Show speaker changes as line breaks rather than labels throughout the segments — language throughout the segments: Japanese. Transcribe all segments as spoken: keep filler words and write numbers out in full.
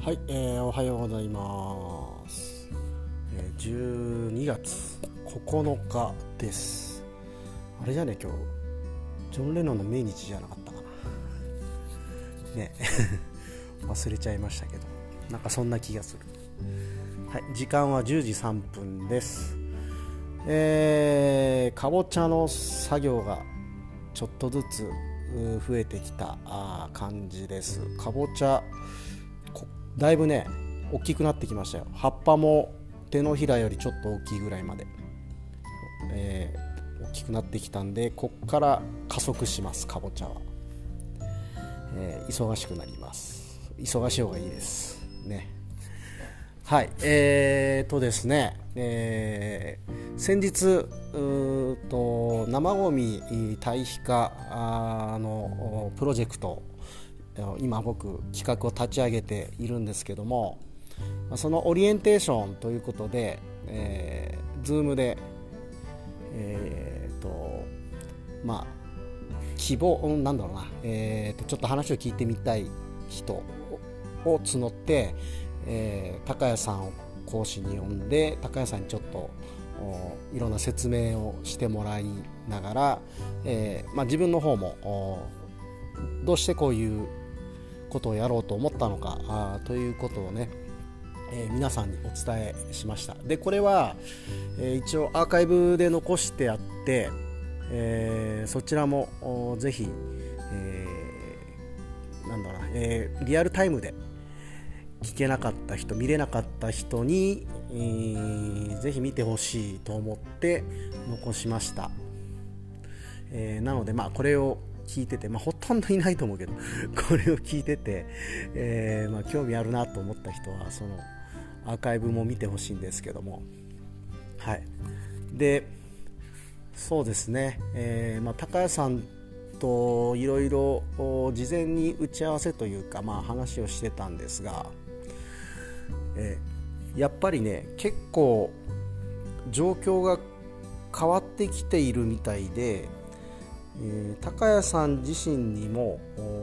はい、えー、おはようございます、えー、じゅうにがつここのかです。あれじゃね、今日ジョン・レノンの命日じゃなかったかなね忘れちゃいましたけど、なんかそんな気がする。はい、時間はじゅうじさんぷんです。えー、かぼちゃの作業がちょっとずつ増えてきた感じです。かぼちゃだいぶね大きくなってきましたよ。葉っぱも手のひらよりちょっと大きいぐらいまで、えー、大きくなってきたんで、こっから加速します。かぼちゃは、えー、忙しくなります。忙しい方がいいですね。はい、えーとですね、えー、先日うーと生ごみ堆肥化のプロジェクト、今僕企画を立ち上げているんですけども、そのオリエンテーションということで、えー、Zoom で、えーとまあ、希望なんだろうな、えーとちょっと話を聞いてみたい人を募って、えー、高谷さんを講師に呼んで、高谷さんにちょっといろんな説明をしてもらいながら、えーまあ、自分の方もどうしてこういうことをやろうと思ったのかあということをね、えー、皆さんにお伝えしました。でこれは、えー、一応アーカイブで残してあって、えー、そちらもぜひ、えー、なんだろうな、えー、リアルタイムで聞けなかった人、見れなかった人に、えー、ぜひ見てほしいと思って残しました。えー、なのでまあこれを聞いてて、まあ、ほとんどいないと思うけどこれを聞いてて、えーまあ、興味あるなと思った人はそのアーカイブも見てほしいんですけども、はい。でそうですね、えーまあ、高谷さんといろいろ事前に打ち合わせというか、まあ、話をしてたんですが、えー、やっぱりね結構状況が変わってきているみたいで、えー、高谷さん自身にも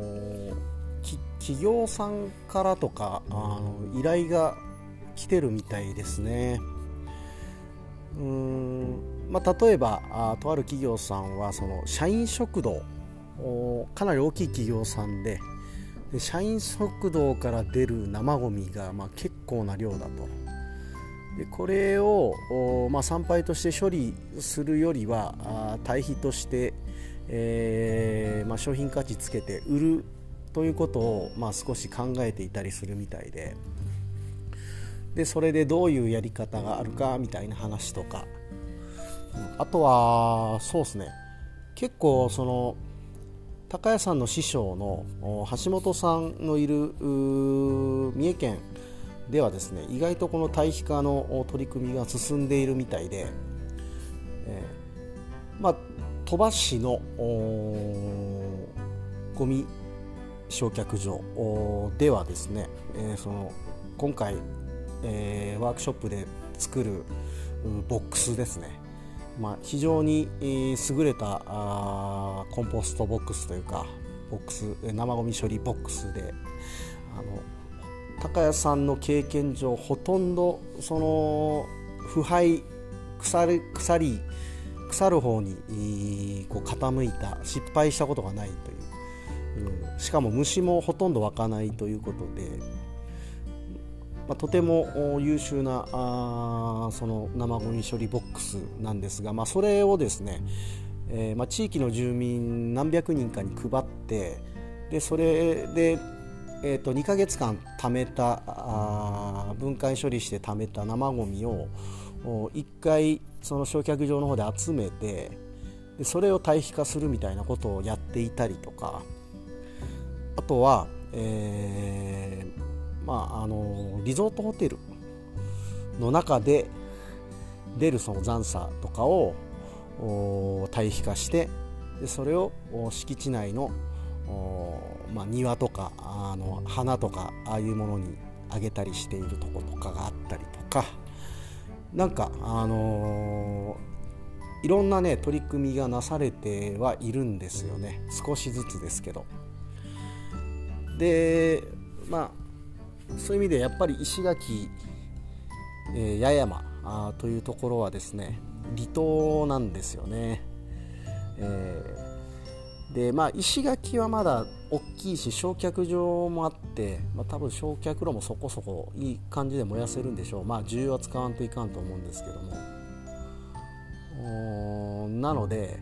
企業さんからとかあの依頼が来てるみたいですね。うーん、まあ、例えばあとある企業さんはその社員食堂、かなり大きい企業さん で, で社員食堂から出る生ゴミがまあ結構な量だと。でこれを、まあ、産廃として処理するよりはあ堆肥として、えーまあ、商品価値つけて売るということを、まあ、少し考えていたりするみたいで、でそれでどういうやり方があるかみたいな話とか、あとはそうですね、結構その高谷さんの師匠の橋本さんのいる三重県ではですね、意外とこの堆肥化の取り組みが進んでいるみたいで、えーまあ、鳥羽市のゴミ焼却場ではですね、えー、その今回、えー、ワークショップで作るボックスですね、まあ、非常に優れたあコンポストボックスというかボックス生ゴミ処理ボックスで、あの高谷さんの経験上ほとんどその腐敗腐る腐り腐る方にこう傾いた失敗したことがないという、うん、しかも虫もほとんど湧かないということで、まあ、とても優秀なあその生ゴミ処理ボックスなんですが、まあ、それをですね、えーまあ、地域の住民何百人かに配って、でそれでえー、とにかげつかん貯めたあ分解処理して貯めた生ゴミをいっかいその焼却場の方で集めて、でそれを堆肥化するみたいなことをやっていたりとか、あとは、えーまあ、あのリゾートホテルの中で出るその残渣とかを堆肥化して、でそれを敷地内のまあ、庭とかあの花とかああいうものにあげたりしているところとかがあったりとか、なんかあのー、いろんなね取り組みがなされてはいるんですよね、少しずつですけど。でまあそういう意味でやっぱり石垣、えー、八重山あというところはですね離島なんですよね。えー、でまあ石垣はまだ大きいし焼却場もあって、まあ、多分焼却炉もそこそこいい感じで燃やせるんでしょう。まあ重油は使わんといかんと思うんですけども、なので、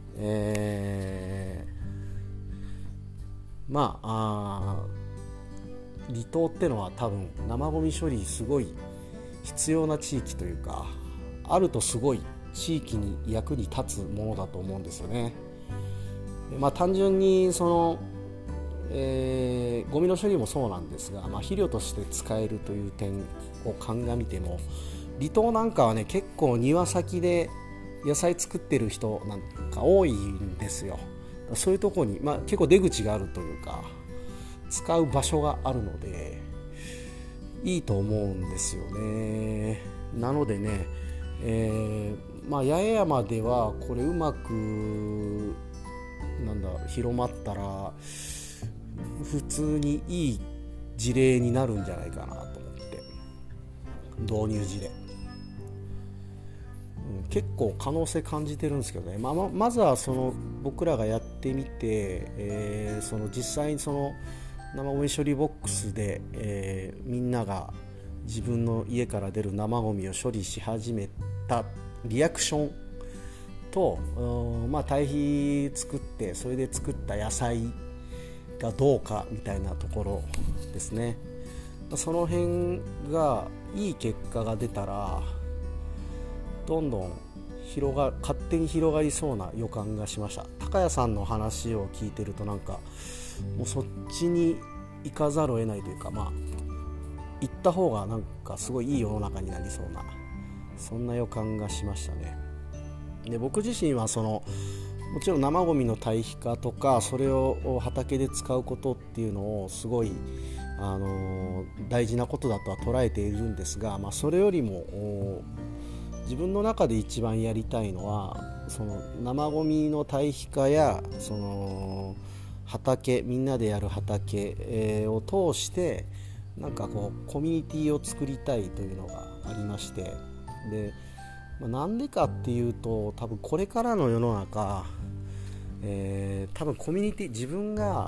えー、まあ、あ離島ってのは多分生ゴミ処理すごい必要な地域というか、あるとすごい地域に役に立つものだと思うんですよね。まあ、単純にその、えー、ゴミの処理もそうなんですが、まあ、肥料として使えるという点を鑑みても、離島なんかはね結構庭先で野菜作ってる人なんか多いんですよ。そういうところに、まあ、結構出口があるというか使う場所があるのでいいと思うんですよね。なのでね、えーまあ、八重山ではこれうまくなんだ広まったら普通にいい事例になるんじゃないかなと思って、導入事例、うん、結構可能性感じてるんですけどね。まあ、ま, まずはその僕らがやってみて、えー、その実際にその生ゴミ処理ボックスで、えー、みんなが自分の家から出る生ゴミを処理し始めたリアクションと、まあ、堆肥作ってそれで作った野菜がどうかみたいなところですね。その辺がいい結果が出たらどんどん広が勝手に広がりそうな予感がしました。高谷さんの話を聞いてるとなんかもうそっちに行かざるを得ないというか、まあ行った方がなんかすごいいい世の中になりそうな、そんな予感がしましたね。で僕自身はそのもちろん生ゴミの堆肥化とかそれを畑で使うことっていうのをすごい、あのー、大事なことだとは捉えているんですが、まあ、それよりも自分の中で一番やりたいのはその生ゴミの堆肥化やその畑みんなでやる畑、えー、を通してなんかこうコミュニティを作りたいというのがありまして、でなんでかっていうと多分これからの世の中、えー、多分コミュニティ自分が、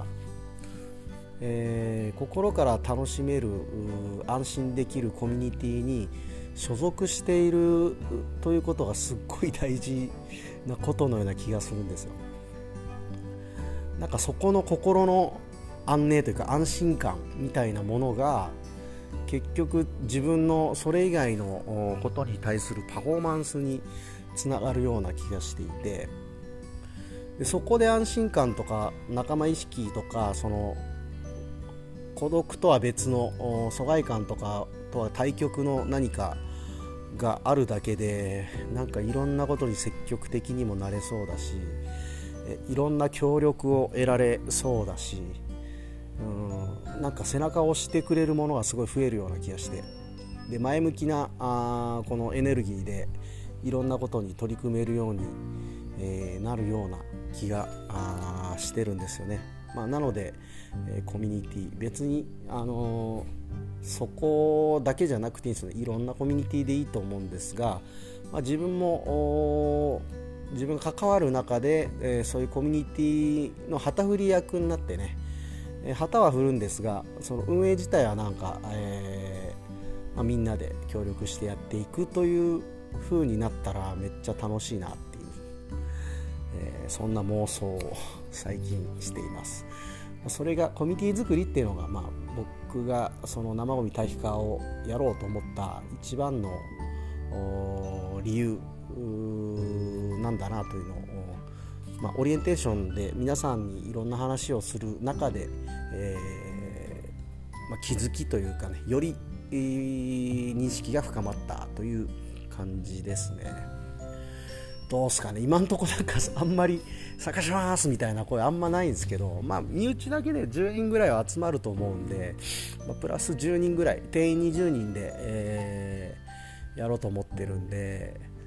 えー、心から楽しめる安心できるコミュニティに所属しているということがすっごい大事なことのような気がするんですよ。なんかそこの心の安寧というか安心感みたいなものが結局自分のそれ以外のことに対するパフォーマンスにつながるような気がしていて、でそこで安心感とか仲間意識とかその孤独とは別の疎外感とかとは対極の何かがあるだけでなんかいろんなことに積極的にもなれそうだし、いろんな協力を得られそうだし、うんなんか背中を押してくれるものがすごい増えるような気がして、で前向きなあこのエネルギーでいろんなことに取り組めるように、えー、なるような気があしてるんですよね。まあ、なので、えー、コミュニティ別に、あのー、そこだけじゃなくていいんですね。いろんなコミュニティでいいと思うんですが、まあ、自分も自分が関わる中で、えー、そういうコミュニティの旗振り役になってね、えー、旗は振るんですがその運営自体はなんか、えーまあ、みんなで協力してやっていくという風になったらめっちゃ楽しいなっていう、えー、そんな妄想を最近しています。それがコミュニティ作りっていうのが、まあ、僕がその生ゴミ堆肥化をやろうと思った一番の理由なんだなというのを、まあ、オリエンテーションで皆さんにいろんな話をする中で、えーまあ、気づきというかねより、えー、認識が深まったという感じですね。どうすかね今のところなんかあんまり参加しますみたいな声あんまないんですけど、まあ身内だけでじゅうにんぐらいは集まると思うんで、まあ、プラスじゅうにんぐらい定員にじゅうにんで、えー、やろうと思ってるんで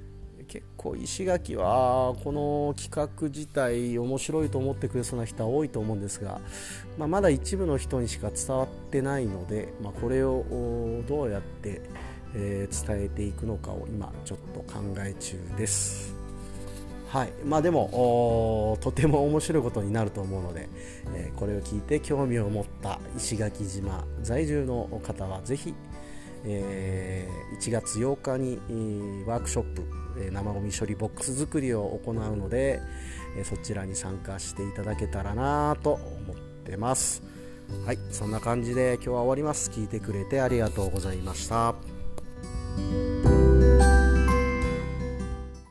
結構石垣はこの企画自体面白いと思ってくれそうな人は多いと思うんですが、まあ、まだ一部の人にしか伝わってないので、まあ、これをどうやって、えー、伝えていくのかを今ちょっと考え中です。はい、まあでもとても面白いことになると思うので、えー、これを聞いて興味を持った石垣島在住の方はぜひ、えー、いちがつようかにワークショップ、えー、生ゴミ処理ボックス作りを行うので、えー、そちらに参加していただけたらなと思ってます。はい、そんな感じで今日は終わります。聞いてくれてありがとうございました。